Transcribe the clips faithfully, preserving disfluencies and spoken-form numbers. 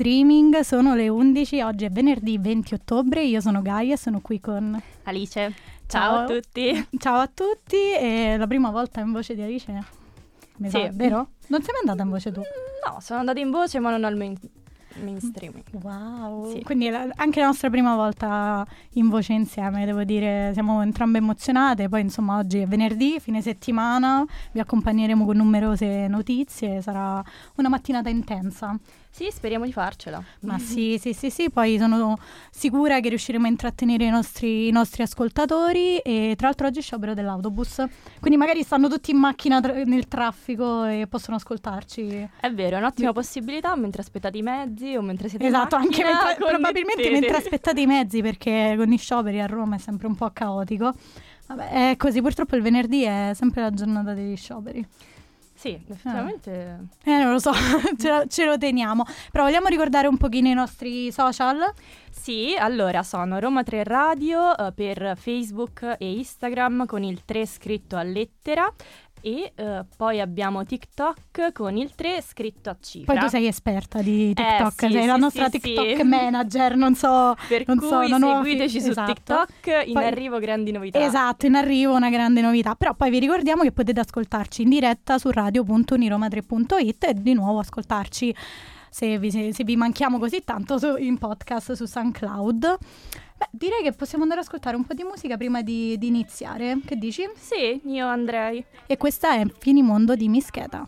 streaming, sono le undici, oggi è venerdì venti ottobre, io sono Gaia e sono qui con Alice. Ciao, Ciao a tutti. Ciao a tutti, e la prima volta in voce di Alice, mi sì. sa, vero? Non sei mai andata in voce tu? No, sono andata in voce ma non al main, mainstreaming. Wow, sì. Quindi la, anche la nostra prima volta in voce insieme, devo dire, siamo entrambe emozionate. Poi insomma oggi è venerdì, fine settimana, vi accompagneremo con numerose notizie, sarà una mattinata intensa. Sì, speriamo di farcela. Ma sì, sì, sì, sì, poi sono sicura che riusciremo a intrattenere i nostri, i nostri ascoltatori. E tra l'altro oggi è sciopero dell'autobus, quindi magari stanno tutti in macchina tra- nel traffico e possono ascoltarci. È vero, è un'ottima Mi... possibilità mentre aspettate i mezzi o mentre siete esatto, in macchina. Esatto, anche probabilmente mentre aspettate i mezzi, perché con i scioperi a Roma è sempre un po' caotico. Vabbè, è così, purtroppo il venerdì è sempre la giornata degli scioperi. Sì, effettivamente. Eh, non lo so, ce, lo, ce lo teniamo. Però vogliamo ricordare un pochino i nostri social? Sì, allora sono Roma tre Radio uh, per Facebook e Instagram con il tre scritto a lettera. E uh, poi abbiamo TikTok con il tre scritto a cifra. Poi tu sei esperta di TikTok, eh, sì, sei sì, la nostra sì, TikTok sì. manager, non so. Per non cui so, non seguiteci ho... su esatto. TikTok, in poi, arrivo grandi novità. Esatto, in arrivo una grande novità. Però poi vi ricordiamo che potete ascoltarci in diretta su radio punto uniroma tre punto it e di nuovo ascoltarci, se vi, se, se vi manchiamo così tanto, su, in podcast su SoundCloud. Beh, direi che possiamo andare ad ascoltare un po' di musica prima di, di iniziare. Che dici? Sì, io andrei. E questa è Finimondo di Mischeta.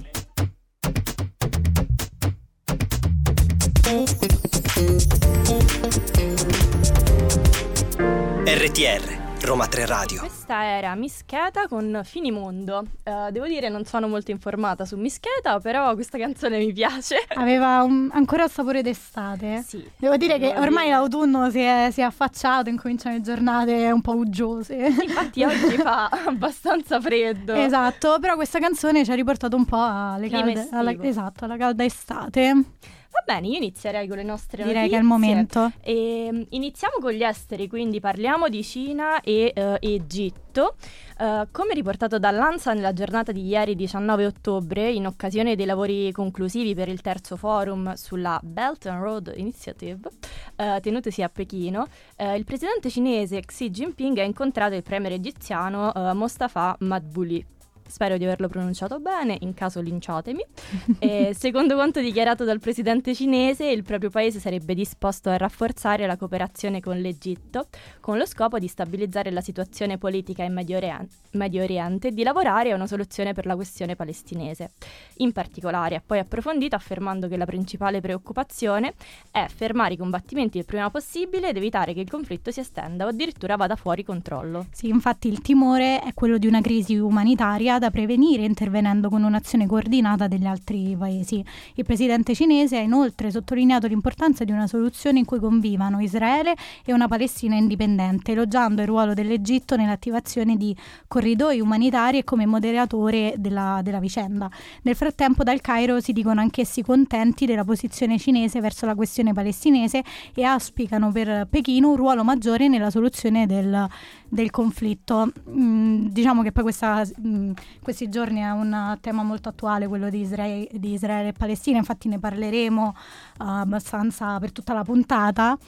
R T R Roma tre Radio. Questa era Mischeta con Finimondo. Uh, devo dire non sono molto informata su Mischeta, però questa canzone mi piace. Aveva un, ancora il sapore d'estate. Sì. Devo dire che ormai dire. l'autunno si è, si è affacciato, incominciano le giornate un po' uggiose. Infatti oggi fa abbastanza freddo. Esatto, però questa canzone ci ha riportato un po' alle calde, alla, esatto, alla calda estate. Va bene, io inizierei con le nostre Direi notizie. Che è il momento. E, iniziamo con gli esteri, quindi parliamo di Cina e uh, Egitto. Uh, come riportato dall'ANSA nella giornata di ieri diciannove ottobre, in occasione dei lavori conclusivi per il terzo forum sulla Belt and Road Initiative, uh, tenutesi a Pechino, uh, il presidente cinese Xi Jinping ha incontrato il premier egiziano uh, Mostafa Madbouli. Spero di averlo pronunciato bene, in caso linciatemi. E, secondo quanto dichiarato dal presidente cinese, il proprio paese sarebbe disposto a rafforzare la cooperazione con l'Egitto, con lo scopo di stabilizzare la situazione politica in Medio Oriente, Medio Oriente e di lavorare a una soluzione per la questione palestinese. In particolare ha poi approfondito affermando che la principale preoccupazione è fermare i combattimenti il prima possibile ed evitare che il conflitto si estenda o addirittura vada fuori controllo. Sì, infatti il timore è quello di una crisi umanitaria da prevenire intervenendo con un'azione coordinata degli altri paesi. Il presidente cinese ha inoltre sottolineato l'importanza di una soluzione in cui convivano Israele e una Palestina indipendente, elogiando il ruolo dell'Egitto nell'attivazione di corridoi umanitari e come moderatore della, della vicenda. Nel frattempo dal Cairo si dicono anch'essi contenti della posizione cinese verso la questione palestinese e auspicano per Pechino un ruolo maggiore nella soluzione del, del conflitto. Mm, diciamo che poi questa... Mm, questi giorni è un tema molto attuale, quello di Israele, di Israele e Palestina, infatti ne parleremo uh, abbastanza per tutta la puntata,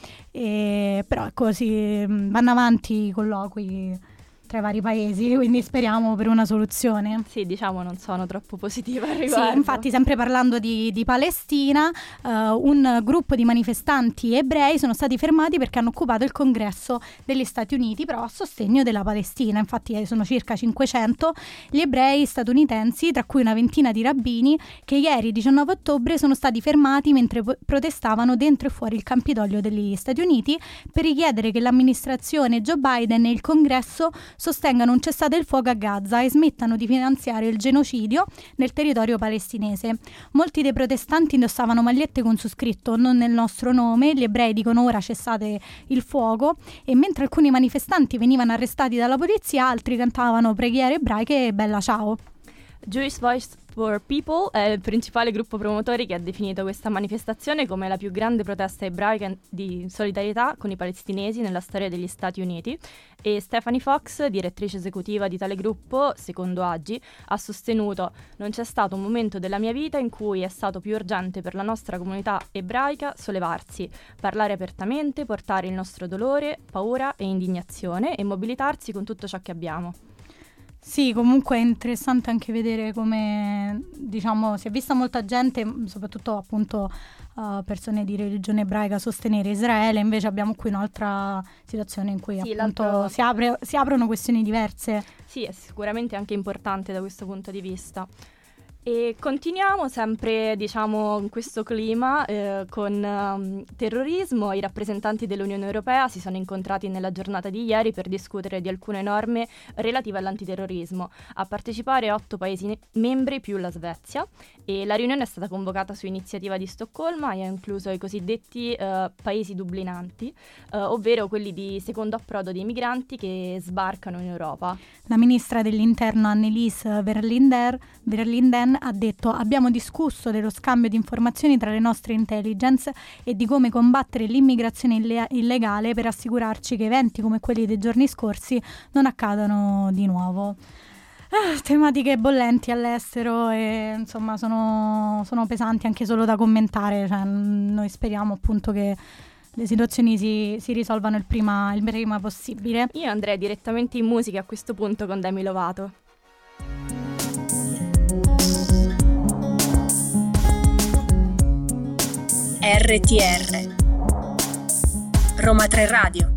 e, però ecco, si vanno avanti i colloqui tra i vari paesi, quindi speriamo per una soluzione. Sì, diciamo non sono troppo positiva al riguardo. Sì, infatti sempre parlando di, di Palestina, uh, un gruppo di manifestanti ebrei sono stati fermati perché hanno occupato il congresso degli Stati Uniti, però a sostegno della Palestina. Infatti sono circa cinquecento gli ebrei statunitensi, tra cui una ventina di rabbini, che ieri diciannove ottobre sono stati fermati mentre po- protestavano dentro e fuori il Campidoglio degli Stati Uniti per richiedere che l'amministrazione Joe Biden e il congresso sostengano un cessate il fuoco a Gaza e smettano di finanziare il genocidio nel territorio palestinese. Molti dei protestanti indossavano magliette con su scritto "non nel nostro nome", gli ebrei dicono "ora cessate il fuoco", e mentre alcuni manifestanti venivano arrestati dalla polizia, altri cantavano preghiere ebraiche e "bella ciao". Jewish Voice for People è il principale gruppo promotore che ha definito questa manifestazione come la più grande protesta ebraica di solidarietà con i palestinesi nella storia degli Stati Uniti, e Stephanie Fox, direttrice esecutiva di tale gruppo, secondo Agi, ha sostenuto: non c'è stato un momento della mia vita in cui è stato più urgente per la nostra comunità ebraica sollevarsi, parlare apertamente, portare il nostro dolore, paura e indignazione e mobilitarsi con tutto ciò che abbiamo. Sì, comunque è interessante anche vedere come, diciamo, si è vista molta gente, soprattutto appunto uh, persone di religione ebraica, sostenere Israele. Invece abbiamo qui un'altra situazione in cui sì, appunto si, apre, si aprono questioni diverse. Sì, è sicuramente anche importante da questo punto di vista. E continuiamo sempre, diciamo, in questo clima eh, con um, terrorismo. I rappresentanti dell'Unione Europea si sono incontrati nella giornata di ieri per discutere di alcune norme relative all'antiterrorismo. A partecipare otto paesi ne- membri più la Svezia, e la riunione è stata convocata su iniziativa di Stoccolma e ha incluso i cosiddetti uh, paesi dublinanti, uh, ovvero quelli di secondo approdo dei migranti che sbarcano in Europa. La ministra dell'interno Annelies Verlinden, Verlinden ha detto: abbiamo discusso dello scambio di informazioni tra le nostre intelligence e di come combattere l'immigrazione ille- illegale per assicurarci che eventi come quelli dei giorni scorsi non accadano di nuovo. Ah, tematiche bollenti all'estero e insomma sono, sono pesanti anche solo da commentare, cioè, noi speriamo appunto che le situazioni si, si risolvano il prima, il prima possibile. Io andrei direttamente in musica a questo punto con Demi Lovato. R T R Roma tre Radio.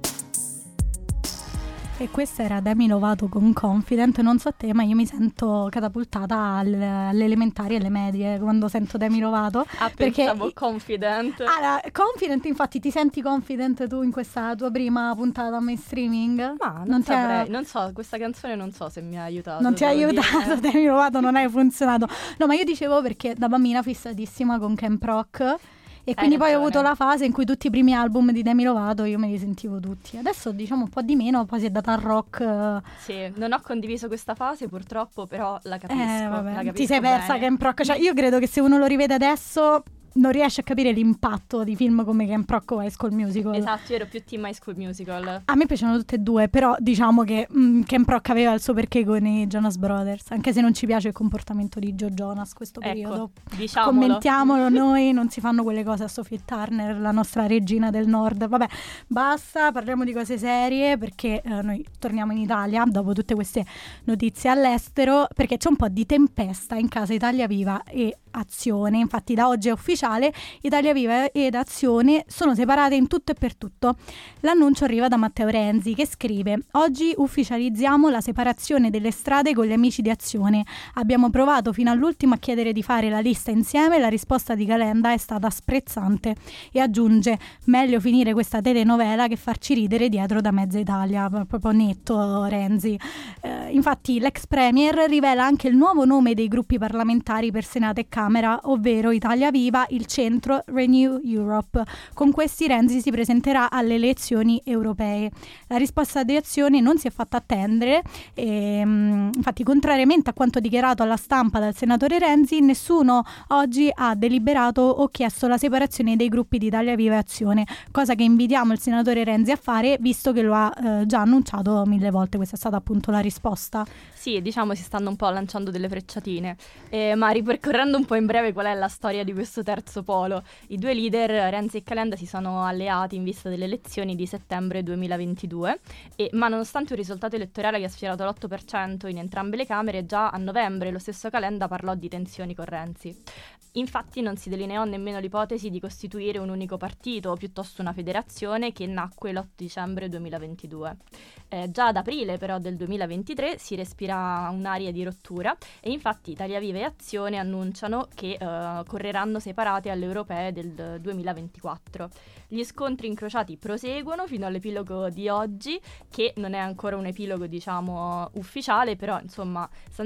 E questa era Demi Lovato con Confident. Non so te, ma io mi sento catapultata alle, alle elementari e alle medie quando sento Demi Lovato. Ah, perché pensavo Confident. Allora, Confident, infatti, ti senti confident tu in questa tua prima puntata mainstreaming? Ma non, non saprei, ha... non so, questa canzone non so se mi ha aiutato. Non ti ha aiutato, dire. Demi Lovato non hai funzionato. No, ma io dicevo perché da bambina fissatissima con Camp Rock. E quindi poi ho avuto la fase in cui tutti i primi album di Demi Lovato io me li sentivo tutti. Adesso diciamo un po' di meno, poi si è data al rock. Sì, non ho condiviso questa fase purtroppo, però la capisco. Eh, vabbè. La capisco Ti sei persa bene. Camp Rock. Cioè, io credo che se uno lo rivede adesso non riesce a capire l'impatto di film come Camp Rock o High School Musical. Esatto, io ero più team High School Musical. A me piacciono tutte e due, però diciamo che mh, Camp Rock aveva il suo perché con i Jonas Brothers, anche se non ci piace il comportamento di Joe Jonas questo ecco, periodo. Diciamolo. Commentiamolo noi, non si fanno quelle cose a Sophie Turner, la nostra regina del nord. Vabbè, basta, parliamo di cose serie perché eh, noi torniamo in Italia dopo tutte queste notizie all'estero, perché c'è un po' di tempesta in casa Italia Viva e Azione. Infatti da oggi è ufficiale, Italia Viva ed Azione sono separate in tutto e per tutto. L'annuncio arriva da Matteo Renzi che scrive: oggi ufficializziamo la separazione delle strade con gli amici di Azione. Abbiamo provato fino all'ultimo a chiedere di fare la lista insieme, la risposta di Calenda è stata sprezzante. E aggiunge: meglio finire questa telenovela che farci ridere dietro da mezza Italia. Proprio netto Renzi. Eh, infatti l'ex premier rivela anche il nuovo nome dei gruppi parlamentari per Senato e Camera, ovvero Italia Viva, il Centro, Renew Europe. Con questi Renzi si presenterà alle elezioni europee. La risposta di Azione non si è fatta attendere e, infatti, contrariamente a quanto dichiarato alla stampa dal senatore Renzi, nessuno oggi ha deliberato o chiesto la separazione dei gruppi di Italia Viva e Azione, cosa che invitiamo il senatore Renzi a fare visto che lo ha eh, già annunciato mille volte. Questa è stata appunto la risposta. Sì, diciamo si stanno un po' lanciando delle frecciatine, eh, ma ripercorrendo un po' in breve qual è la storia di questo terzo polo. I due leader, Renzi e Calenda, si sono alleati in vista delle elezioni di settembre duemilaventidue, e, ma nonostante un risultato elettorale che ha sfiorato l'otto per cento in entrambe le Camere, già a novembre lo stesso Calenda parlò di tensioni con Renzi. Infatti non si delineò nemmeno l'ipotesi di costituire un unico partito, o piuttosto una federazione, che nacque l'otto dicembre duemilaventidue. Eh, già ad aprile però del duemilaventitré si respira un'aria di rottura e infatti Italia Viva e Azione annunciano che eh, correranno separate alle europee del duemilaventiquattro. Gli scontri incrociati proseguono fino all'epilogo di oggi, che non è ancora un epilogo diciamo ufficiale, però insomma san-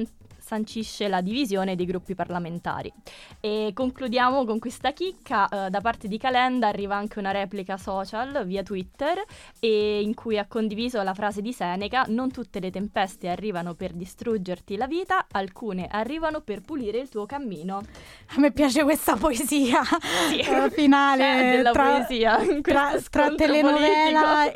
sancisce la divisione dei gruppi parlamentari. E concludiamo con questa chicca. Eh, da parte di Calenda arriva anche una replica social via Twitter, e in cui ha condiviso la frase di Seneca: non tutte le tempeste arrivano per distruggerti la vita, alcune arrivano per pulire il tuo cammino. A me piace questa poesia sì. uh, finale C'è della tra, poesia tra, tra telenovela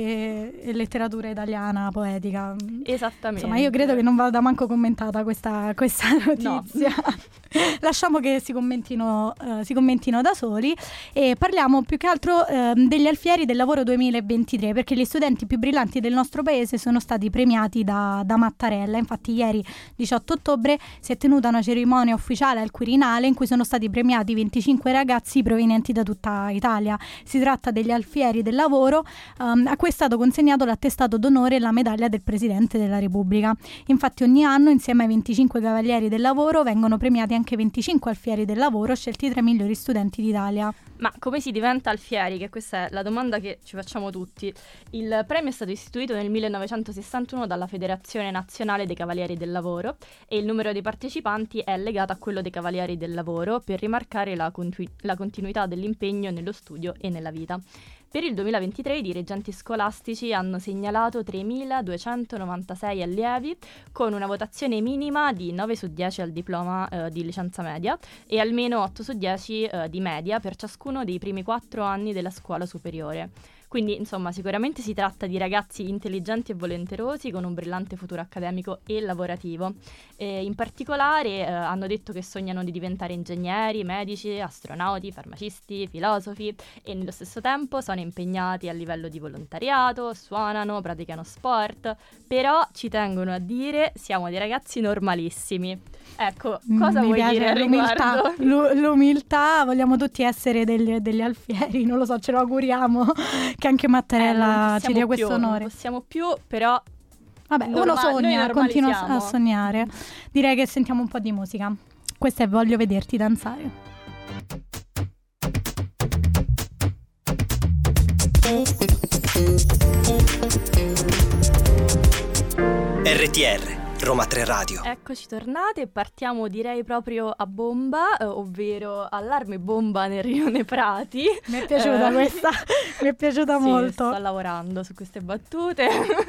e, e letteratura italiana poetica. Esattamente. Insomma, io credo che non vada manco commentata questa, questa notizia. No. Lasciamo che si commentino, uh, si commentino da soli, e parliamo più che altro uh, degli Alfieri del lavoro duemilaventitré, perché gli studenti più brillanti del nostro paese sono stati premiati da, da Mattarella. Infatti ieri diciotto ottobre si è tenuta una cerimonia ufficiale al Quirinale in cui sono stati premiati venticinque ragazzi provenienti da tutta Italia. Si tratta degli Alfieri del lavoro, um, a cui è stato consegnato l'attestato d'onore e la medaglia del Presidente della Repubblica. Infatti ogni anno, insieme ai venticinque Cavalieri del Lavoro, vengono premiati anche venticinque Alfieri del Lavoro, scelti tra i migliori studenti d'Italia. Ma come si diventa alfieri? Che questa è la domanda che ci facciamo tutti. Il premio è stato istituito nel millenovecentosessantuno dalla Federazione Nazionale dei Cavalieri del Lavoro, e il numero dei partecipanti è legato a quello dei Cavalieri del Lavoro, per rimarcare la, continu- la continuità dell'impegno nello studio e nella vita. Per il duemilaventitré i dirigenti scolastici hanno segnalato tremiladuecentonovantasei allievi, con una votazione minima di nove su dieci al diploma eh, di licenza media e almeno otto su dieci eh, di media per ciascuno dei primi quattro anni della scuola superiore. Quindi, insomma, sicuramente si tratta di ragazzi intelligenti e volenterosi con un brillante futuro accademico e lavorativo. E in particolare eh, hanno detto che sognano di diventare ingegneri, medici, astronauti, farmacisti, filosofi, e nello stesso tempo sono impegnati a livello di volontariato, suonano, praticano sport, però ci tengono a dire: siamo dei ragazzi normalissimi. Ecco, cosa Mi vuoi piace dire al l'umiltà, riguardo? L'u- l'umiltà, vogliamo tutti essere degli, degli alfieri, non lo so, ce lo auguriamo che anche Mattarella eh, ci dia questo più, onore. Non possiamo più, però Vabbè, norma- uno sogna, continua a normalizziamo. sognare. Direi che sentiamo un po' di musica. Questa è Voglio vederti danzare. R T R Roma tre Radio. Eccoci tornate e partiamo direi proprio a bomba, eh, ovvero allarme bomba nel Rione Prati. Mi è piaciuta Eh, questa, mi è piaciuta sì, molto. sto lavorando su queste battute.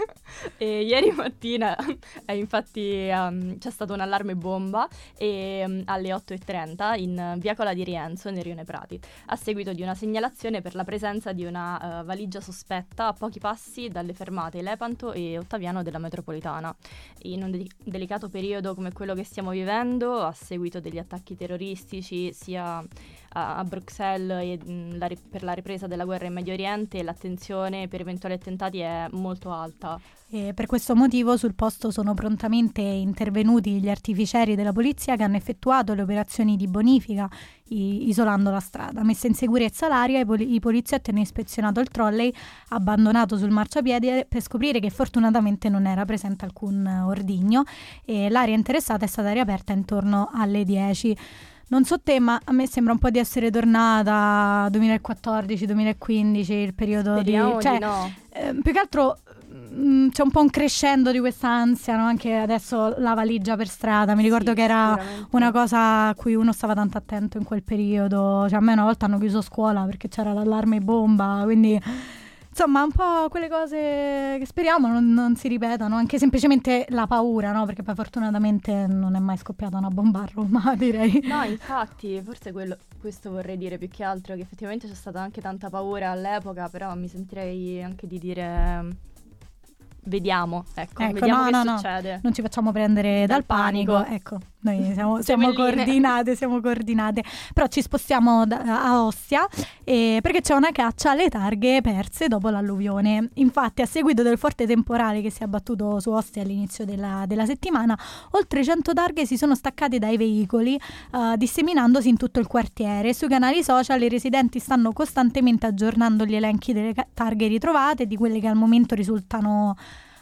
E ieri mattina eh, infatti um, c'è stato un allarme bomba e, um, alle otto e trenta in via Cola di Rienzo nel Rione Prati, a seguito di una segnalazione per la presenza di una uh, valigia sospetta a pochi passi dalle fermate Lepanto e Ottaviano della metropolitana. In un de- delicato periodo come quello che stiamo vivendo, a seguito degli attacchi terroristici sia a, a Bruxelles e mh, la ri- per la ripresa della guerra in Medio Oriente, l'attenzione per eventuali attentati è molto alta. E per questo motivo sul posto sono prontamente intervenuti gli artificieri della polizia, che hanno effettuato le operazioni di bonifica i- isolando la strada. Messa in sicurezza l'area, i, poli- i poliziotti hanno ispezionato il trolley abbandonato sul marciapiede per scoprire che fortunatamente non era presente alcun ordigno, e l'area interessata è stata riaperta intorno alle dieci. Non so te, ma a me sembra un po' di essere tornata duemilaquattordici duemilaquindici, il periodo Speriamo di... Cioè, di no. eh, più che altro mh, c'è un po' un crescendo di questa ansia, no? Anche adesso la valigia per strada, mi ricordo Sì, che era sicuramente. una cosa a cui uno stava tanto attento in quel periodo. Cioè, a me una volta hanno chiuso scuola perché c'era l'allarme bomba, quindi... Insomma, un po' quelle cose che speriamo non, non si ripetano, anche semplicemente la paura, no? Perché poi fortunatamente non è mai scoppiata una bomba a Roma, direi. No, infatti, forse quello, questo vorrei dire più che altro, che effettivamente c'è stata anche tanta paura all'epoca, però mi sentirei anche di dire vediamo, ecco, Ecco, vediamo no, che no, no. succede. Non ci facciamo prendere dal, Dal panico. panico. Ecco, noi siamo, siamo Gemelline. coordinate, siamo coordinate. Però ci spostiamo da, a Ostia eh, perché c'è una caccia alle targhe perse dopo l'alluvione. Infatti, a seguito del forte temporale che si è abbattuto su Ostia all'inizio della, della settimana, oltre cento targhe si sono staccate dai veicoli, eh, disseminandosi in tutto il quartiere. Sui canali social i residenti stanno costantemente aggiornando gli elenchi delle ca- targhe ritrovate e di quelle che al momento risultano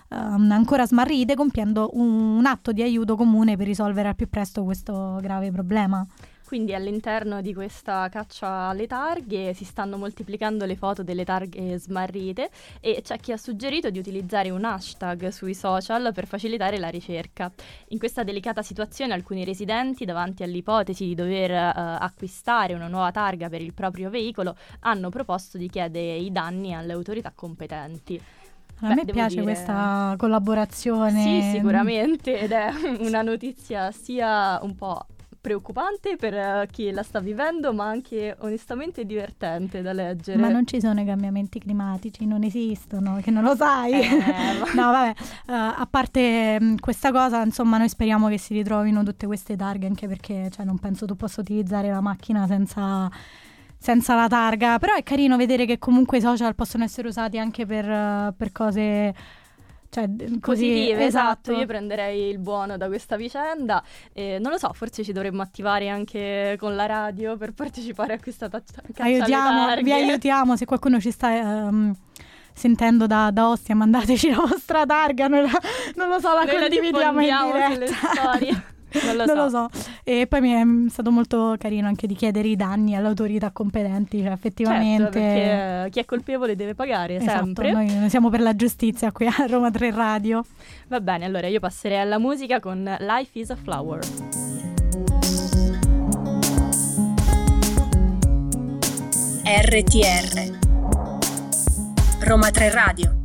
um, ancora smarrite, compiendo un, un atto di aiuto comune per risolvere al più presto questo grave problema. Quindi all'interno di questa caccia alle targhe si stanno moltiplicando le foto delle targhe smarrite e c'è chi ha suggerito di utilizzare un hashtag sui social per facilitare la ricerca. In questa delicata situazione alcuni residenti, davanti all'ipotesi di dover uh, acquistare una nuova targa per il proprio veicolo, hanno proposto di chiedere i danni alle autorità competenti. A Beh, me piace dire... questa collaborazione. Sì, sicuramente, ed è una notizia sia un po' preoccupante per chi la sta vivendo, ma anche onestamente divertente da leggere. Ma non ci sono i cambiamenti climatici, non esistono, che non lo sai. Eh, no, vabbè, uh, a parte mh, questa cosa, insomma, noi speriamo che si ritrovino tutte queste targhe, anche perché cioè, non penso tu possa utilizzare la macchina senza, senza la targa, però è carino vedere che comunque i social possono essere usati anche per, uh, per cose... Cioè, così, positive, esatto. esatto. Io prenderei il buono da questa vicenda. Eh, non lo so, forse ci dovremmo attivare anche con la radio per partecipare a questa taccia- caccia aiutiamo, alle targhe. Vi aiutiamo, se qualcuno ci sta um, sentendo da, da Ostia, mandateci la vostra targa, non, la, non lo so, la Noi condividiamo in diretta. sulle storie. Non lo non so. lo so. E poi mi è stato molto carino anche di chiedere i danni alle autorità competenti, cioè effettivamente. Certo, perché chi è colpevole deve pagare, esatto, sempre. Noi, noi siamo per la giustizia qui a Roma tre Radio. Va bene, allora io passerei alla musica con Life is a Flower. R T R Roma tre Radio.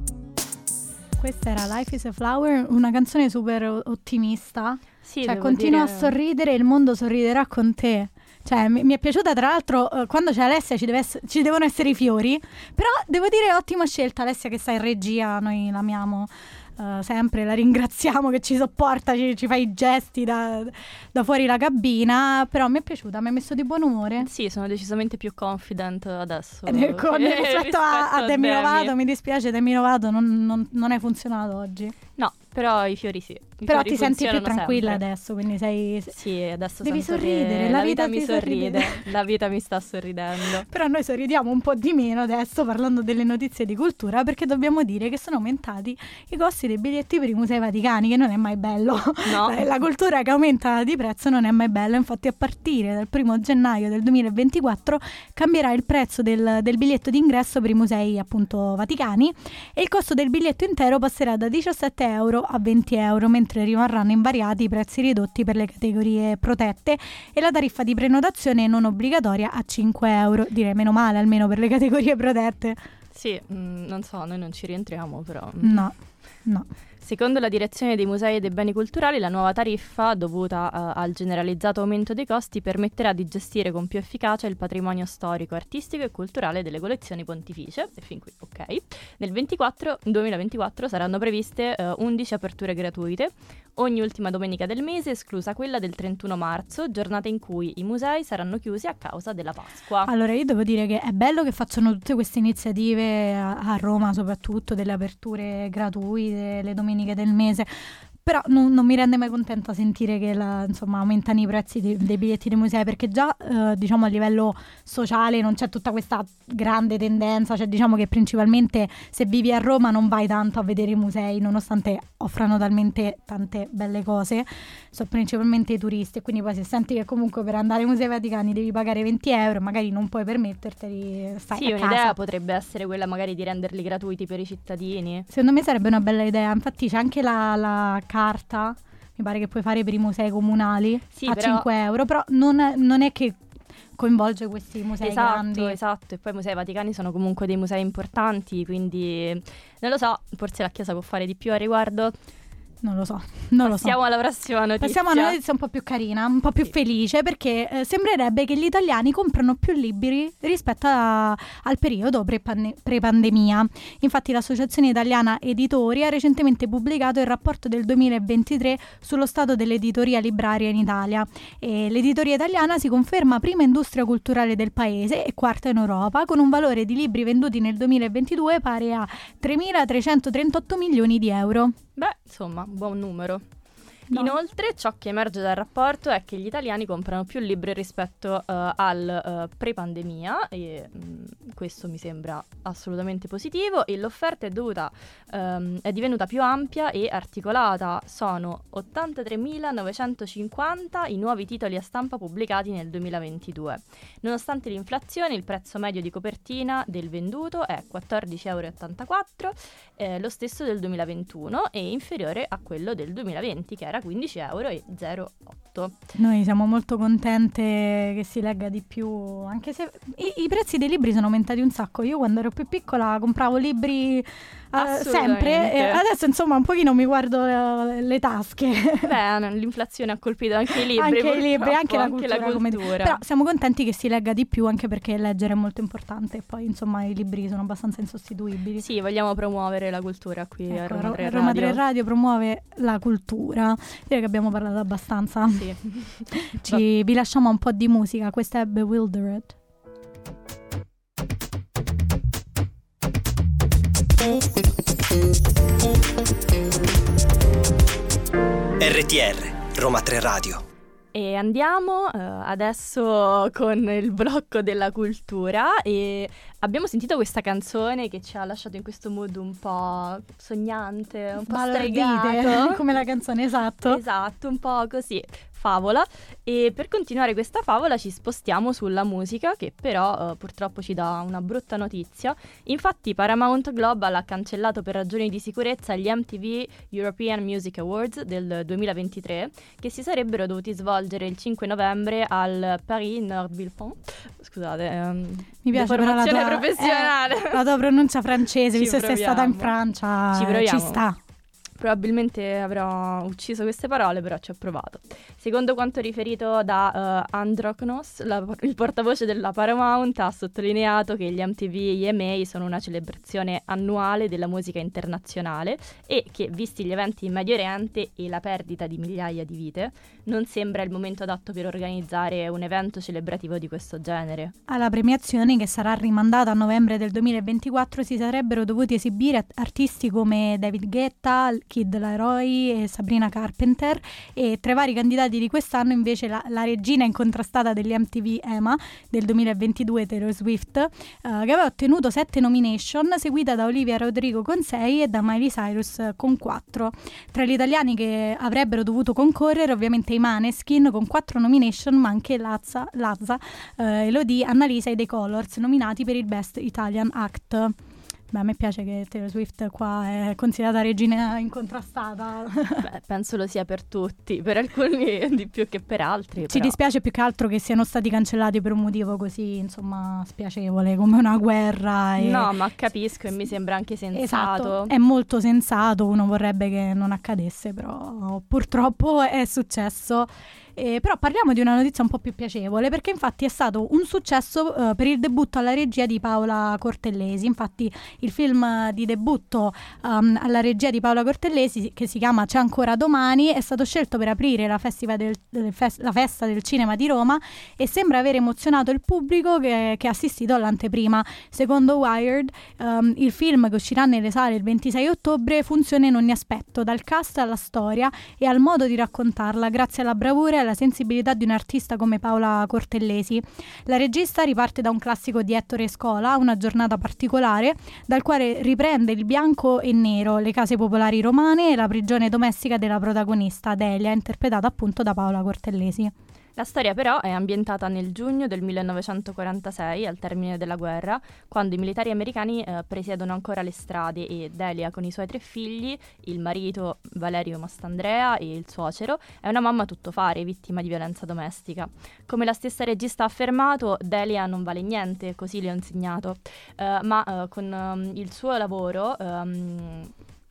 Questa era Life is a Flower, una canzone super ottimista. Sì, cioè devo continua dire... a sorridere e il mondo sorriderà con te. Cioè mi, mi è piaciuta, tra l'altro, eh, quando c'è Alessia ci, deve ess- ci devono essere i fiori. Però devo dire ottima scelta Alessia, che sta in regia, noi l'amiamo uh, sempre, la ringraziamo che ci sopporta, ci, ci fa i gesti da, da fuori la cabina. Però mi è piaciuta, mi ha messo di buon umore. Sì, sono decisamente più confident adesso. Eh, con, che- rispetto a, a Demi Demi. Lovato, mi dispiace, Demi Lovato non, non, non è funzionato oggi. No, però i fiori sì. I Però fiori ti senti più funzionano tranquilla sempre. adesso, quindi sei... Sì, adesso Devi sento sorridere, che la la vita vita mi ti sorride, sorride. la vita mi sta sorridendo. Però noi sorridiamo un po' di meno adesso parlando delle notizie di cultura, perché dobbiamo dire che sono aumentati i costi dei biglietti per i musei vaticani, che non è mai bello. No. La cultura che aumenta di prezzo non è mai bello, infatti a partire dal primo gennaio del duemilaventiquattro cambierà il prezzo del, del biglietto d'ingresso per i musei appunto vaticani e il costo del biglietto intero passerà da diciassette euro a venti euro, mentre rimarranno invariati i prezzi ridotti per le categorie protette e la tariffa di prenotazione non obbligatoria a cinque euro. Direi meno male, almeno per le categorie protette. Sì, mh, non so, noi non ci rientriamo però. No, no. Secondo la direzione dei musei e dei beni culturali, la nuova tariffa, dovuta uh, al generalizzato aumento dei costi, permetterà di gestire con più efficacia il patrimonio storico, artistico e culturale delle collezioni pontificie. E fin qui ok. Nel ventiquattro, duemilaventiquattro saranno previste uh, undici aperture gratuite, ogni ultima domenica del mese, esclusa quella del trentuno marzo, giornata in cui i musei saranno chiusi a causa della Pasqua. Allora io devo dire che è bello che facciano tutte queste iniziative a, a Roma, soprattutto delle aperture gratuite, le domeniche del mese. Però non, non mi rende mai contenta sentire che la, insomma, aumentano i prezzi di, dei biglietti dei musei, perché già eh, diciamo a livello sociale non c'è tutta questa grande tendenza, cioè diciamo che principalmente se vivi a Roma non vai tanto a vedere i musei, nonostante offrano talmente tante belle cose, sono principalmente i turisti, e quindi poi se senti che comunque per andare ai musei vaticani devi pagare venti euro e magari non puoi permetterteli, stai Sì, a un'idea casa. potrebbe essere quella magari di renderli gratuiti per i cittadini. Secondo me sarebbe una bella idea, infatti c'è anche la, la carta, mi pare che puoi fare per i musei comunali Sì, a però- cinque euro, però non è, non è che coinvolge questi musei Esatto, grandi. esatto, e poi i musei vaticani sono comunque dei musei importanti, quindi non lo so, forse la Chiesa può fare di più a riguardo. Non lo so, non lo so. Passiamo alla prossima notizia. Passiamo a una notizia un po' più carina, un po' più Sì. felice, perché eh, sembrerebbe che gli italiani comprano più libri rispetto a- al periodo pre-pan- pre-pandemia. Infatti l'Associazione Italiana Editori ha recentemente pubblicato il rapporto del duemilaventitré sullo stato dell'editoria libraria in Italia. E l'editoria italiana si conferma prima industria culturale del paese e quarta in Europa, con un valore di libri venduti nel duemilaventidue pari a tremilatrecentotrentotto milioni di euro. Beh, insomma, buon numero. No. Inoltre, ciò che emerge dal rapporto è che gli italiani comprano più libri rispetto uh, al uh, pre-pandemia e mh, questo mi sembra assolutamente positivo, e l'offerta è dovuta um, è divenuta più ampia e articolata. Sono ottantatremilanovecentocinquanta i nuovi titoli a stampa pubblicati nel duemilaventidue. Nonostante l'inflazione, il prezzo medio di copertina del venduto è quattordici virgola ottantaquattro euro, eh, lo stesso del duemilaventuno, e inferiore a quello del duemilaventi, che era quindici virgola zero otto euro. Noi siamo molto contente che si legga di più, anche se i, i prezzi dei libri sono aumentati un sacco. Io quando ero più piccola compravo libri Uh, sempre, e adesso insomma un pochino mi guardo uh, le tasche. Beh, l'inflazione ha colpito anche i libri, anche i libri, anche la cultura, anche la cultura. Come... però siamo contenti che si legga di più, anche perché leggere è molto importante, e poi insomma i libri sono abbastanza insostituibili. Sì, vogliamo promuovere la cultura qui, ecco, a Roma tre Radio. Roma tre Radio promuove la cultura. Direi che abbiamo parlato abbastanza. Sì. Ci vi lasciamo un po' di musica. Questa è Bewildered. R T R Roma tre Radio. E andiamo uh, adesso con il blocco della cultura, e abbiamo sentito questa canzone che ci ha lasciato in questo mood un po' sognante, un po' stregato, come la canzone, esatto. Esatto, un po' così, favola. E per continuare questa favola ci spostiamo sulla musica, che però uh, purtroppo ci dà una brutta notizia. Infatti Paramount Global ha cancellato per ragioni di sicurezza gli M T V European Music Awards del duemilaventitré, che si sarebbero dovuti svolgere il cinque novembre al Paris Nord-Villepont. Scusate, um, mi piace però la tua, professionale. Eh, la tua pronuncia francese, Ci visto che sei stata in Francia, ci proviamo. Ci sta. Probabilmente avrò ucciso queste parole, però ci ho provato. Secondo quanto riferito da uh, Androknos, la, il portavoce della Paramount ha sottolineato che gli M T V E M A sono una celebrazione annuale della musica internazionale, e che, visti gli eventi in Medio Oriente e la perdita di migliaia di vite, non sembra il momento adatto per organizzare un evento celebrativo di questo genere. Alla premiazione, che sarà rimandata a novembre del duemilaventiquattro, si sarebbero dovuti esibire artisti come David Guetta, Kid Laroi e Sabrina Carpenter, e tra i vari candidati di quest'anno invece la, la regina incontrastata degli M T V E M A del duemilaventidue, Taylor Swift, uh, che aveva ottenuto sette nomination, seguita da Olivia Rodrigo con sei e da Miley Cyrus con quattro. Tra gli italiani che avrebbero dovuto concorrere ovviamente i Maneskin con quattro nomination, ma anche Lazza, Lazza uh, Elodie, Annalisa e The Colors nominati per il Best Italian Act. Beh, a me piace che Taylor Swift qua è considerata regina incontrastata. Beh, penso lo sia per tutti, per alcuni di più che per altri. Ci però. dispiace più che altro che siano stati cancellati per un motivo così, insomma, spiacevole, come una guerra. E... No, ma capisco, e mi sembra anche sensato. Esatto, è molto sensato, uno vorrebbe che non accadesse, però purtroppo è successo. Eh, però parliamo di una notizia un po' più piacevole, perché infatti è stato un successo uh, per il debutto alla regia di Paola Cortellesi. Infatti il film di debutto um, alla regia di Paola Cortellesi, che si chiama C'è ancora domani, è stato scelto per aprire la, festival del, del fest- la festa del cinema di Roma, e sembra aver emozionato il pubblico che, che ha assistito all'anteprima. Secondo Wired, um, il film, che uscirà nelle sale il ventisei ottobre, funziona in ogni aspetto, dal cast alla storia e al modo di raccontarla, grazie alla bravura e alla sensibilità di un artista come Paola Cortellesi. La regista riparte da un classico di Ettore Scola, Una giornata particolare, dal quale riprende il bianco e nero, le case popolari romane e la prigione domestica della protagonista, Delia, interpretata appunto da Paola Cortellesi. La storia però è ambientata nel giugno del millenovecentoquarantasei, al termine della guerra, quando i militari americani eh, presiedono ancora le strade, e Delia, con i suoi tre figli, il marito Valerio Mastandrea e il suocero, è una mamma tuttofare, vittima di violenza domestica. Come la stessa regista ha affermato, Delia non vale niente, così le ho insegnato, uh, ma uh, con um, il suo lavoro... Um,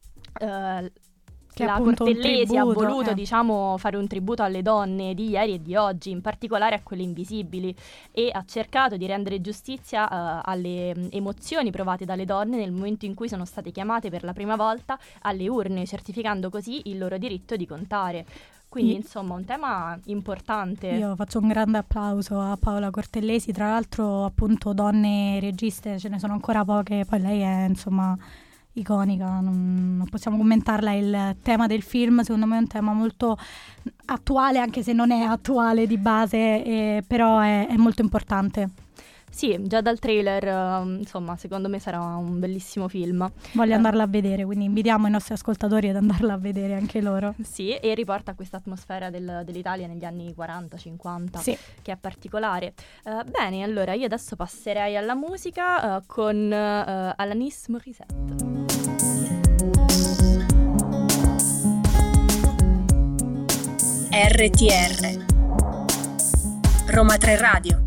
uh, Che la Cortellesi ha voluto eh. diciamo fare un tributo alle donne di ieri e di oggi, in particolare a quelle invisibili, e ha cercato di rendere giustizia uh, alle um, emozioni provate dalle donne nel momento in cui sono state chiamate per la prima volta alle urne, certificando così il loro diritto di contare. Quindi, io, insomma, un tema importante. Io faccio un grande applauso a Paola Cortellesi. Tra l'altro, appunto, donne registe ce ne sono ancora poche. Poi lei è, insomma, iconica, non, non possiamo commentarla. Il tema del film secondo me è un tema molto attuale, anche se non è attuale di base, eh, però è, è molto importante. Sì, già dal trailer, uh, insomma, secondo me sarà un bellissimo film. Voglio uh, andarla a vedere, quindi invitiamo i nostri ascoltatori ad andarla a vedere anche loro. Sì, e riporta questa atmosfera del, dell'Italia negli anni quaranta cinquanta, sì, che è particolare. Uh, bene, allora io adesso passerei alla musica uh, con uh, Alanis Morissette. R T R Roma tre Radio.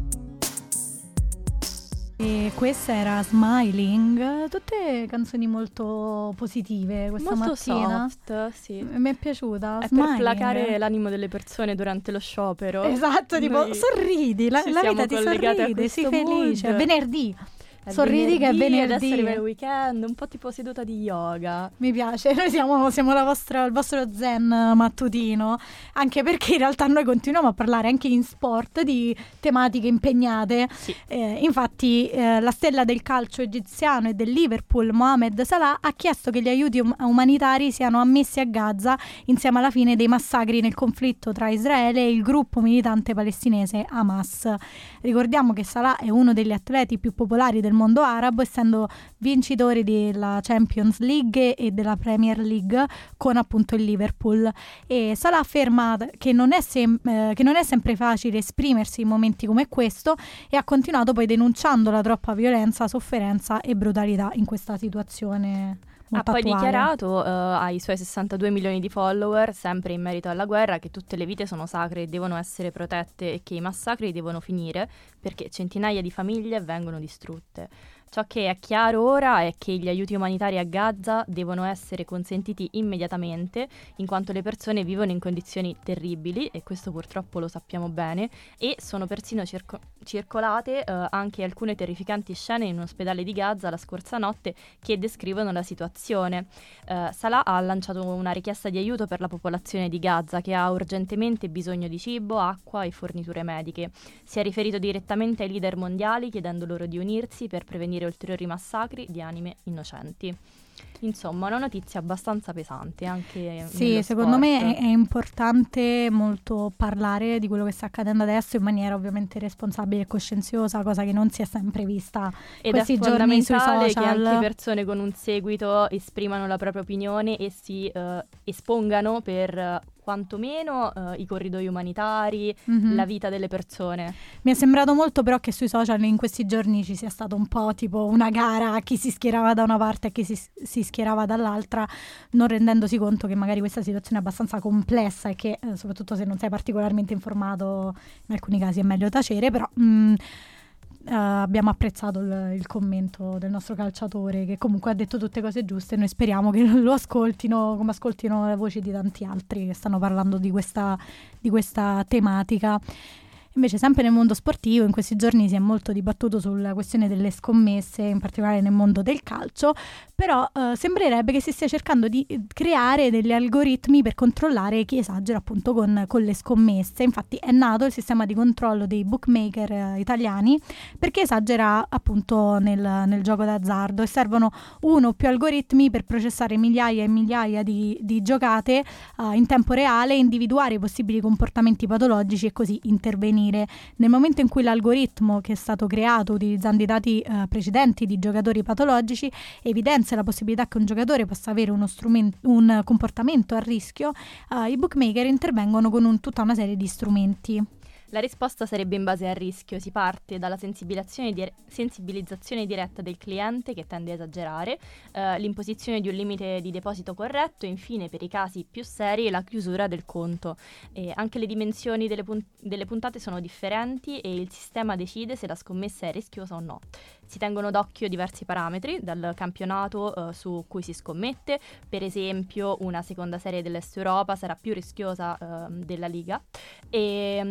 E questa era Smiling, tutte canzoni molto positive questa molto mattina. Soft, sì. Mi è piaciuta. È Smiling. per placare l'animo delle persone durante lo sciopero. Esatto, tipo Noi sorridi, la, la vita ti sorride, sei felice. È venerdì. È Sorridi venerdì, che è venerdì. Adesso arriva il weekend, un po' tipo seduta di yoga. Mi piace, noi siamo, siamo la vostra, il vostro zen mattutino, anche perché in realtà noi continuiamo a parlare anche in sport di tematiche impegnate. Sì. Eh, infatti eh, la stella del calcio egiziano e del Liverpool, Mohamed Salah, ha chiesto che gli aiuti um- umanitari siano ammessi a Gaza insieme alla fine dei massacri nel conflitto tra Israele e il gruppo militante palestinese Hamas. Ricordiamo che Salah è uno degli atleti più popolari del mondo arabo, essendo vincitori della Champions League e della Premier League con appunto il Liverpool. E Salah afferma che non è, sem- eh, che non è sempre facile esprimersi in momenti come questo, e ha continuato poi denunciando la troppa violenza, sofferenza e brutalità in questa situazione. Ha poi attuale. dichiarato uh, ai suoi sessantadue milioni di follower, sempre in merito alla guerra, che tutte le vite sono sacre e devono essere protette e che i massacri devono finire perché centinaia di famiglie vengono distrutte. Ciò che è chiaro ora è che gli aiuti umanitari a Gaza devono essere consentiti immediatamente, in quanto le persone vivono in condizioni terribili, e questo purtroppo lo sappiamo bene, e sono persino circo- circolate eh, anche alcune terrificanti scene in un ospedale di Gaza la scorsa notte che descrivono la situazione. Eh, Salah ha lanciato una richiesta di aiuto per la popolazione di Gaza, che ha urgentemente bisogno di cibo, acqua e forniture mediche. Si è riferito direttamente ai leader mondiali chiedendo loro di unirsi per prevenire ulteriori massacri di anime innocenti. Insomma, una notizia abbastanza pesante anche. Sì, secondo sport. me è, è importante molto parlare di quello che sta accadendo adesso in maniera ovviamente responsabile e coscienziosa, cosa che non si è sempre vista Ed questi è giorni sui fondamentale social. che anche persone con un seguito esprimano la propria opinione e si eh, espongano per eh, quantomeno eh, i corridoi umanitari, Mm-hmm. la vita delle persone. Mi è sembrato molto però che sui social in questi giorni ci sia stato un po' tipo una gara a chi si schierava da una parte e chi si, si schierava dall'altra, non rendendosi conto che magari questa situazione è abbastanza complessa e che eh, soprattutto se non sei particolarmente informato in alcuni casi è meglio tacere, però mh, Uh, abbiamo apprezzato il, il commento del nostro calciatore, che comunque ha detto tutte cose giuste, e noi speriamo che lo ascoltino come ascoltino le voci di tanti altri che stanno parlando di questa, di questa tematica. Invece sempre nel mondo sportivo in questi giorni si è molto dibattuto sulla questione delle scommesse, in particolare nel mondo del calcio, però eh, sembrerebbe che si stia cercando di creare degli algoritmi per controllare chi esagera appunto con, con le scommesse. Infatti è nato il sistema di controllo dei bookmaker eh, italiani perché esagera appunto nel, nel gioco d'azzardo, e servono uno o più algoritmi per processare migliaia e migliaia di, di giocate eh, in tempo reale, individuare i possibili comportamenti patologici e così intervenire. Nel momento in cui l'algoritmo, che è stato creato utilizzando i dati eh, precedenti di giocatori patologici, evidenzia la possibilità che un giocatore possa avere uno strumento, un comportamento a rischio, eh, i bookmaker intervengono con un, tutta una serie di strumenti. La risposta sarebbe in base al rischio. Si parte dalla sensibilizzazione, dire- sensibilizzazione diretta del cliente, che tende a esagerare, eh, l'imposizione di un limite di deposito corretto e infine, per i casi più seri, la chiusura del conto. E anche le dimensioni delle, pun- delle puntate sono differenti e il sistema decide se la scommessa è rischiosa o no. Si tengono d'occhio diversi parametri, dal campionato eh, su cui si scommette. Per esempio, una seconda serie dell'Est Europa sarà più rischiosa eh, della Liga, e alla tipologia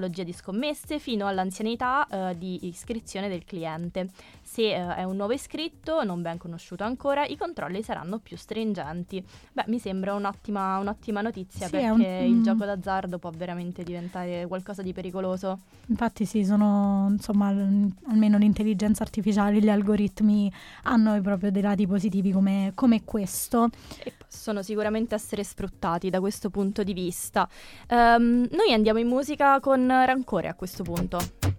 tipologia di scommesse fino all'anzianità uh, di iscrizione del cliente. Se uh, è un nuovo iscritto, non ben conosciuto ancora, i controlli saranno più stringenti. Beh, mi sembra un'ottima, un'ottima notizia, sì, perché un... il gioco d'azzardo può veramente diventare qualcosa di pericoloso. Infatti sì, sono, insomma, l- almeno l'intelligenza artificiale, gli algoritmi hanno proprio dei lati positivi come, come questo. E possono sicuramente essere sfruttati da questo punto di vista. Um, noi andiamo in musica con Rancore a questo punto.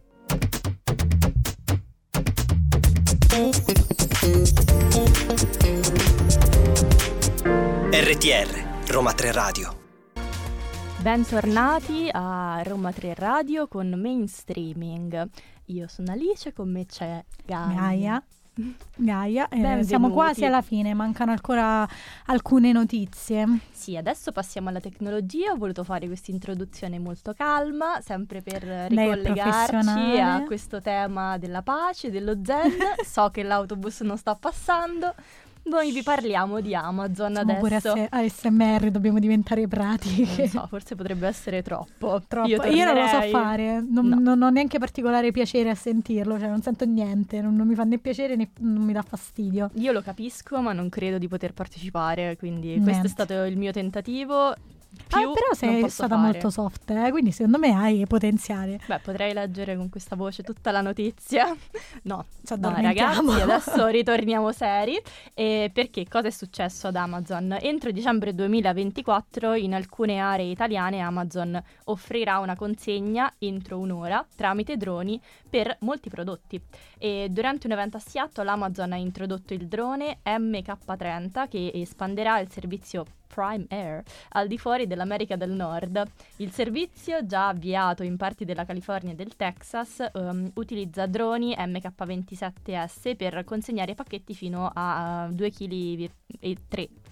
R T R, Roma tre Radio. Bentornati a Roma tre Radio con Mainstreaming. Io sono Alice, con me c'è Gaia. Gaia. Gaia, eh, siamo quasi alla fine, mancano ancora alcune notizie. Sì, adesso passiamo alla tecnologia. Ho voluto fare questa introduzione molto calma, sempre per ricollegarci a questo tema della pace, dello zen. So che l'autobus non sta passando. Noi vi parliamo di Amazon Siamo adesso. Pure a S M R dobbiamo diventare pratiche. Non so, forse potrebbe essere troppo. troppo. Io, Io non lo so fare, non, no. non ho neanche particolare piacere a sentirlo, cioè non sento niente, non, non mi fa né piacere né non mi dà fastidio. Io lo capisco, ma non credo di poter partecipare, quindi niente. Questo è stato il mio tentativo. Più ah, però sei stata fare. molto soft, eh? Quindi secondo me hai potenziale. Beh, potrei leggere con questa voce tutta la notizia. No, ci no ragazzi, adesso ritorniamo seri. E perché cosa è successo ad Amazon? Entro dicembre duemilaventiquattro in alcune aree italiane Amazon offrirà una consegna entro un'ora tramite droni per molti prodotti. E durante un evento a Seattle Amazon ha introdotto il drone M K trenta che espanderà il servizio Prime Air al di fuori dell'America del Nord. Il servizio, già avviato in parti della California e del Texas, um, utilizza droni M K ventisette S per consegnare pacchetti fino a due virgola tre chili.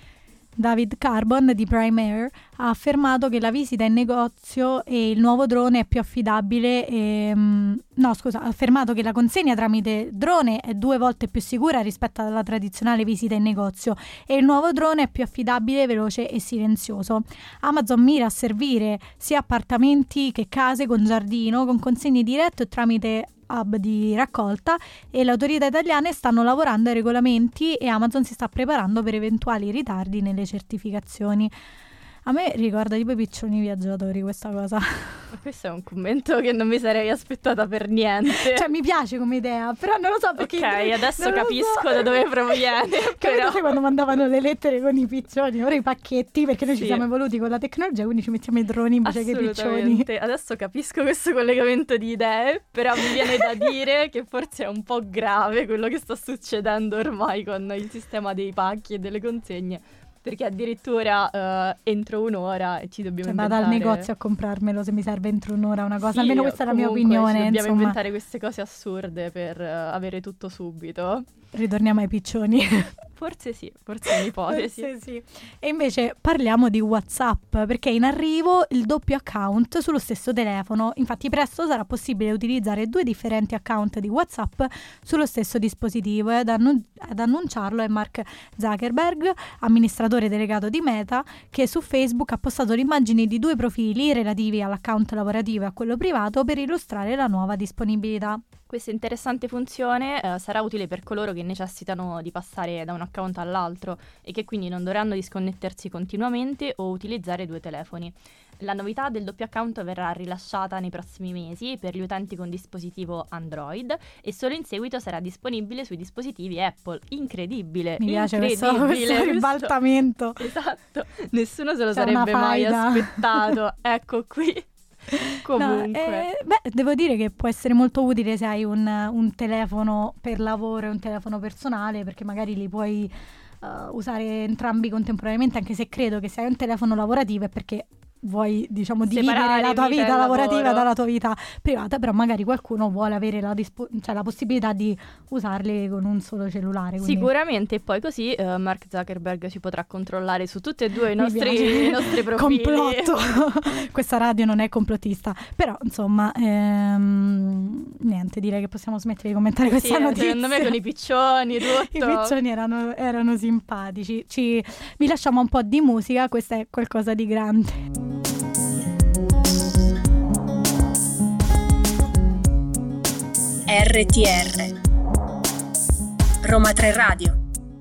David Carbon di Prime Air ha affermato che la visita in negozio e il nuovo drone è più affidabile e, no scusa, ha affermato che la consegna tramite drone è due volte più sicura rispetto alla tradizionale visita in negozio e il nuovo drone è più affidabile, veloce e silenzioso. Amazon mira a servire sia appartamenti che case con giardino con consegne dirette tramite hub di raccolta e le autorità italiane stanno lavorando ai regolamenti e Amazon si sta preparando per eventuali ritardi nelle certificazioni. A me ricorda tipo i piccioni viaggiatori questa cosa. Ma questo è un commento che non mi sarei aspettata per niente. Cioè mi piace come idea, però non lo so perché... Ok, adesso capisco so. da dove proviene. Però sai quando mandavano le lettere con i piccioni, ora i pacchetti, perché noi sì. ci siamo evoluti con la tecnologia, quindi ci mettiamo i droni invece che i piccioni. Adesso capisco questo collegamento di idee, però mi viene da dire che forse è un po' grave quello che sta succedendo ormai con il sistema dei pacchi e delle consegne. Perché addirittura uh, entro un'ora ci dobbiamo cioè, inventare... vado al negozio a comprarmelo se mi serve entro un'ora una cosa, sì, almeno questa è la mia opinione. Dobbiamo insomma. inventare queste cose assurde per uh, avere tutto subito. Ritorniamo ai piccioni. Forse sì, forse è un'ipotesi. Forse sì. E invece parliamo di WhatsApp, perché è in arrivo il doppio account sullo stesso telefono. Infatti presto sarà possibile utilizzare due differenti account di WhatsApp sullo stesso dispositivo. E ad, annun- ad annunciarlo è Mark Zuckerberg, amministratore delegato di Meta, che su Facebook ha postato le immagini di due profili relativi all'account lavorativo e a quello privato per illustrare la nuova disponibilità. Questa interessante funzione eh, sarà utile per coloro che necessitano di passare da un account all'altro e che quindi non dovranno disconnettersi continuamente o utilizzare due telefoni. La novità del doppio account verrà rilasciata nei prossimi mesi per gli utenti con dispositivo Android e solo in seguito sarà disponibile sui dispositivi Apple. Incredibile! Mi piace incredibile, questo, questo ribaltamento. Esatto, nessuno se lo C'è sarebbe mai aspettato. Ecco qui. Comunque, no, eh, beh, devo dire che può essere molto utile se hai un, un telefono per lavoro e un telefono personale, perché magari li puoi uh, usare entrambi contemporaneamente, anche se credo che se hai un telefono lavorativo è perché vuoi, diciamo, dividere la tua vita, vita lavorativa lavoro. dalla tua vita privata, però magari qualcuno vuole avere la, dispo- cioè la possibilità di usarli con un solo cellulare. Quindi... Sicuramente, e poi così uh, Mark Zuckerberg ci potrà controllare su tutti e due i nostri, i nostri profili. Complotto! Questa radio non è complottista, però insomma ehm, niente, direi che possiamo smettere di commentare questa sì, notizia. Secondo me con i piccioni tutto. I piccioni erano, erano simpatici. Ci, vi lasciamo un po' di musica, questa è qualcosa di grande. R T R Roma tre Radio.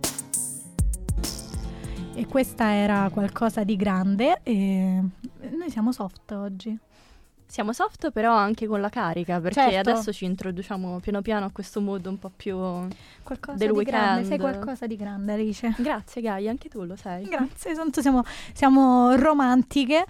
E questa era qualcosa di grande e noi siamo soft oggi. Siamo soft però anche con la carica, perché Certo. adesso ci introduciamo piano piano a questo mood un po' più Qualcosa del di weekend. grande, sei qualcosa di grande, Alice. Grazie Gaia, anche tu lo sei. Grazie, tanto siamo, siamo romantiche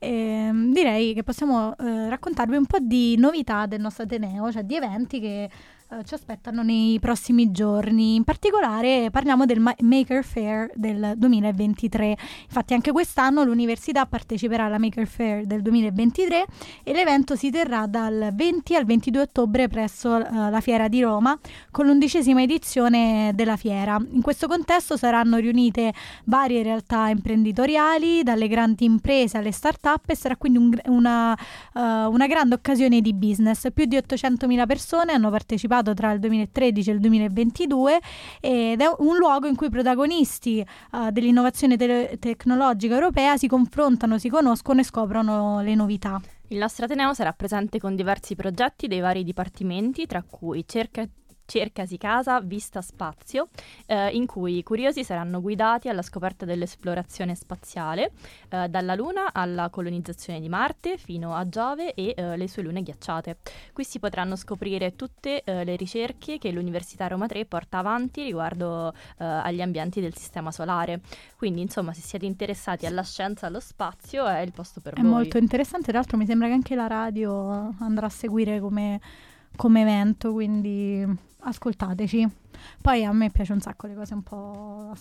e direi che possiamo eh, raccontarvi un po' di novità del nostro Ateneo, cioè di eventi che eh, ci aspettano nei prossimi giorni. In particolare parliamo del Ma- Maker Faire del duemilaventitré. Infatti anche quest'anno l'università parteciperà alla Maker Faire del duemilaventitré e l'evento si terrà dal venti al ventidue ottobre presso eh, la Fiera di Roma con l'undicesima edizione della fiera. In questo contesto saranno riunite varie realtà imprenditoriali, dalle grandi imprese alle start-up, e sarà quindi un, una, uh, una grande occasione di business. Più di ottocentomila persone hanno partecipato tra il duemilatredici e il duemilaventidue ed è un luogo in cui i protagonisti uh, dell'innovazione te- tecnologica europea si confrontano, si conoscono e scoprono le novità. Il nostro Ateneo sarà presente con diversi progetti dei vari dipartimenti, tra cui cerca Cercasi Casa, Vista Spazio, eh, in cui i curiosi saranno guidati alla scoperta dell'esplorazione spaziale, eh, dalla Luna alla colonizzazione di Marte fino a Giove e eh, le sue lune ghiacciate. Qui si potranno scoprire tutte eh, le ricerche che l'Università Roma tre porta avanti riguardo eh, agli ambienti del Sistema Solare. Quindi, insomma, se siete interessati alla scienza e allo spazio, è il posto per È voi. molto interessante, tra l'altro mi sembra che anche la radio andrà a seguire come, come evento, quindi ascoltateci. Poi a me piace un sacco le cose un po'...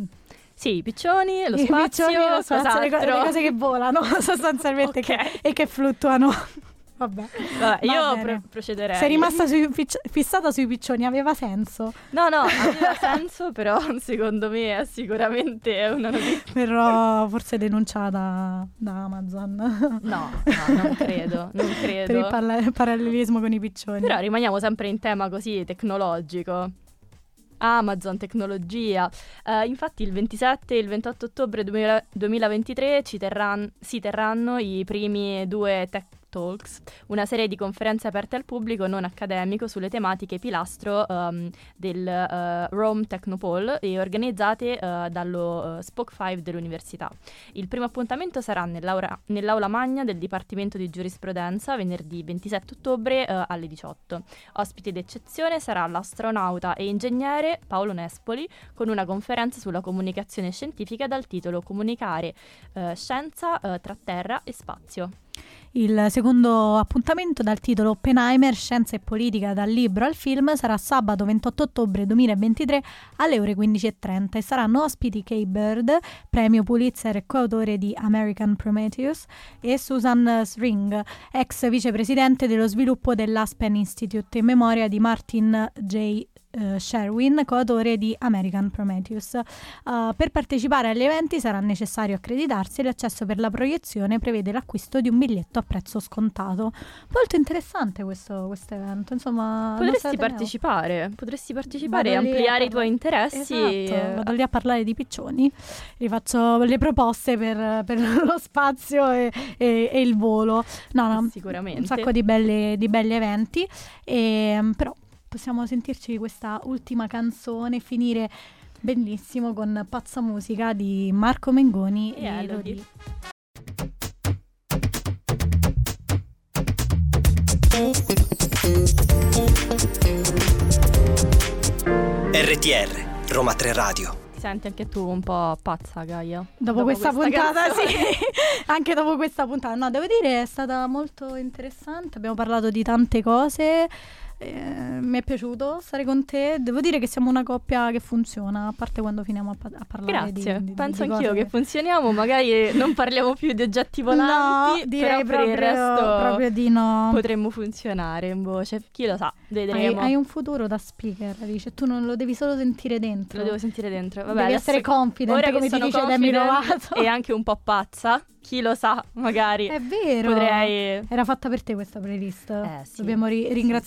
Sì, i piccioni, lo I spazio, piccioni, lo spazio, le, co- cos'altro? le cose che volano sostanzialmente Ok. che, e che fluttuano. Vabbè, Vabbè, Va io bene. pro- procederei. Sei rimasta sui picci- fissata sui piccioni, aveva senso. No, no, aveva senso, però secondo me è sicuramente una notizia. Verrò forse denunciata da Amazon No, no, non credo, non credo. per il parla- parallelismo con i piccioni. Però rimaniamo sempre in tema così tecnologico. Amazon, tecnologia. Uh, infatti il ventisette e il ventotto ottobre duemila duemilaventitré ci terran- si terranno i primi due Tech Talks, una serie di conferenze aperte al pubblico non accademico sulle tematiche pilastro um, del uh, Rome Technopole e organizzate uh, dallo uh, Spoke cinque dell'università. Il primo appuntamento sarà nell'aula, nell'aula magna del Dipartimento di Giurisprudenza venerdì ventisette ottobre uh, alle diciotto. Ospite d'eccezione sarà l'astronauta e ingegnere Paolo Nespoli con una conferenza sulla comunicazione scientifica dal titolo Comunicare uh, scienza uh, tra terra e spazio. Il secondo appuntamento dal titolo Oppenheimer, scienza e politica dal libro al film sarà sabato ventotto ottobre duemilaventitré alle ore quindici e trenta e saranno ospiti Kay Bird, premio Pulitzer e coautore di American Prometheus, e Susan Sring, ex vicepresidente dello sviluppo dell'Aspen Institute, in memoria di Martin J. Uh, Sherwin, coautore di American Prometheus. Uh, per partecipare agli eventi sarà necessario accreditarsi e l'accesso per la proiezione prevede l'acquisto di un biglietto a prezzo scontato. Molto interessante questo questo evento, insomma. Potresti partecipare, potresti partecipare e Vado lì ampliare a i tuoi interessi. Esatto, vado lì a parlare di piccioni, gli faccio le proposte per, per lo spazio e, e, e il volo. No, no, Sicuramente. un sacco di, belle, di belli eventi, e, però possiamo sentirci questa ultima canzone e finire bellissimo con Pazza Musica di Marco Mengoni E e Elodie. R T R Roma tre Radio. Ti senti anche tu un po' pazza, Gaia? Dopo, questa, puntata, canzone. sì, anche dopo questa puntata. No, devo dire è stata molto interessante, abbiamo parlato di tante cose. Eh, mi è piaciuto stare con te. Devo dire che siamo una coppia che funziona, a parte quando finiamo a, pa- a parlare Grazie, di, di penso di anch'io cose che funzioniamo. Magari non parliamo più di oggetti volanti, No, direi però per il proprio, resto proprio di no. potremmo funzionare in voce. Chi lo sa, Hai, vedremo. hai un futuro da speaker, Alice. Tu non lo devi solo sentire dentro. Lo devo sentire dentro. Vabbè, Devi adesso- essere confident, ora che come ti sono dice Demi confident Lovato. e anche un po' pazza, chi lo sa, magari È vero. potrei... Era fatta per te questa playlist. Eh, sì. Dobbiamo ri- ringraziare Sì, sì. la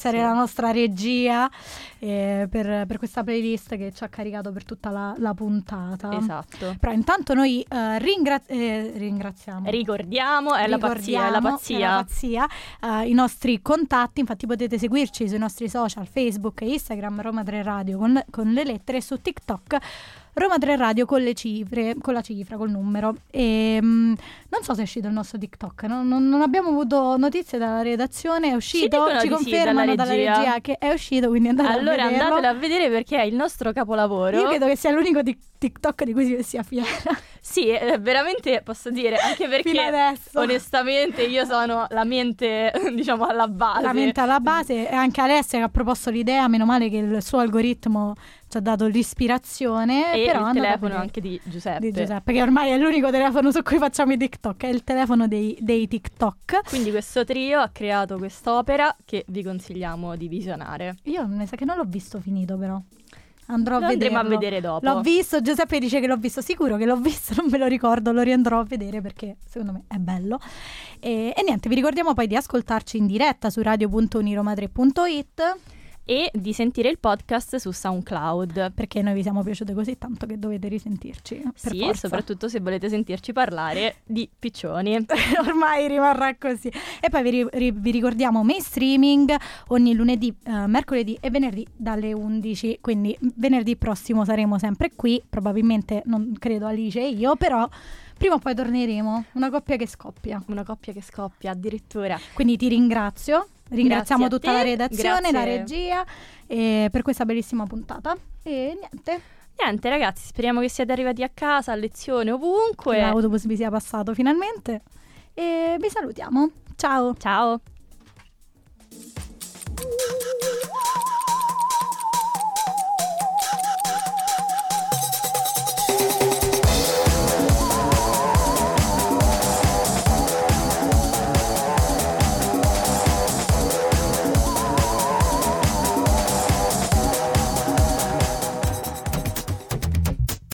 nostra regia eh, per, per questa playlist che ci ha caricato per tutta la, la puntata. Esatto. Però intanto noi eh, ringra- eh, ringraziamo. Ricordiamo, è la pazzia, è la pazzia. È la pazzia eh, i nostri contatti, infatti potete seguirci sui nostri social, Facebook e Instagram, Roma tre Radio con, con le lettere, su TikTok Roma tre Radio con le cifre, con la cifra, col numero. E um, non so se è uscito il nostro TikTok, no? non, non abbiamo avuto notizie dalla redazione. È uscito, ci, ci confermano sì, dalla, regia. dalla regia che è uscito, quindi andate allora a vederlo. Andatelo a vedere perché è il nostro capolavoro. Io credo che sia l'unico di TikTok di cui si sia fiera. Sì, veramente posso dire, anche perché onestamente io sono la mente, diciamo, alla base. La mente alla base, e anche Alessia che ha proposto l'idea, meno male che il suo algoritmo ci ha dato l'ispirazione. E però il telefono anche di Giuseppe. Di Giuseppe, che ormai è l'unico telefono su cui facciamo i TikTok, è il telefono dei, dei TikTok. Quindi questo trio ha creato quest'opera che vi consigliamo di visionare. Io mi sa che non l'ho visto finito però. Andrò lo a andremo vederlo. a vedere dopo. L'ho visto, Giuseppe dice che l'ho visto, sicuro che l'ho visto, non me lo ricordo, lo riandrò a vedere perché secondo me è bello. E, e niente, vi ricordiamo poi di ascoltarci in diretta su radio punto uniroma tre punto it e di sentire il podcast su SoundCloud, perché noi vi siamo piaciute così tanto che dovete risentirci per sì, forza. Soprattutto se volete sentirci parlare di piccioni. Ormai rimarrà così. E poi vi, ri- ri- vi ricordiamo mainstreaming ogni lunedì, eh, mercoledì e venerdì dalle undici, quindi venerdì prossimo saremo sempre qui, probabilmente non credo Alice e io, però prima o poi torneremo, una coppia che scoppia. Una coppia che scoppia addirittura. Quindi ti ringrazio. Ringraziamo tutta te, la redazione, grazie. la regia eh, per questa bellissima puntata. E niente. Niente ragazzi, speriamo che siate arrivati a casa, a lezione, ovunque. Che l'autobus vi sia passato finalmente. E vi salutiamo. Ciao. Ciao.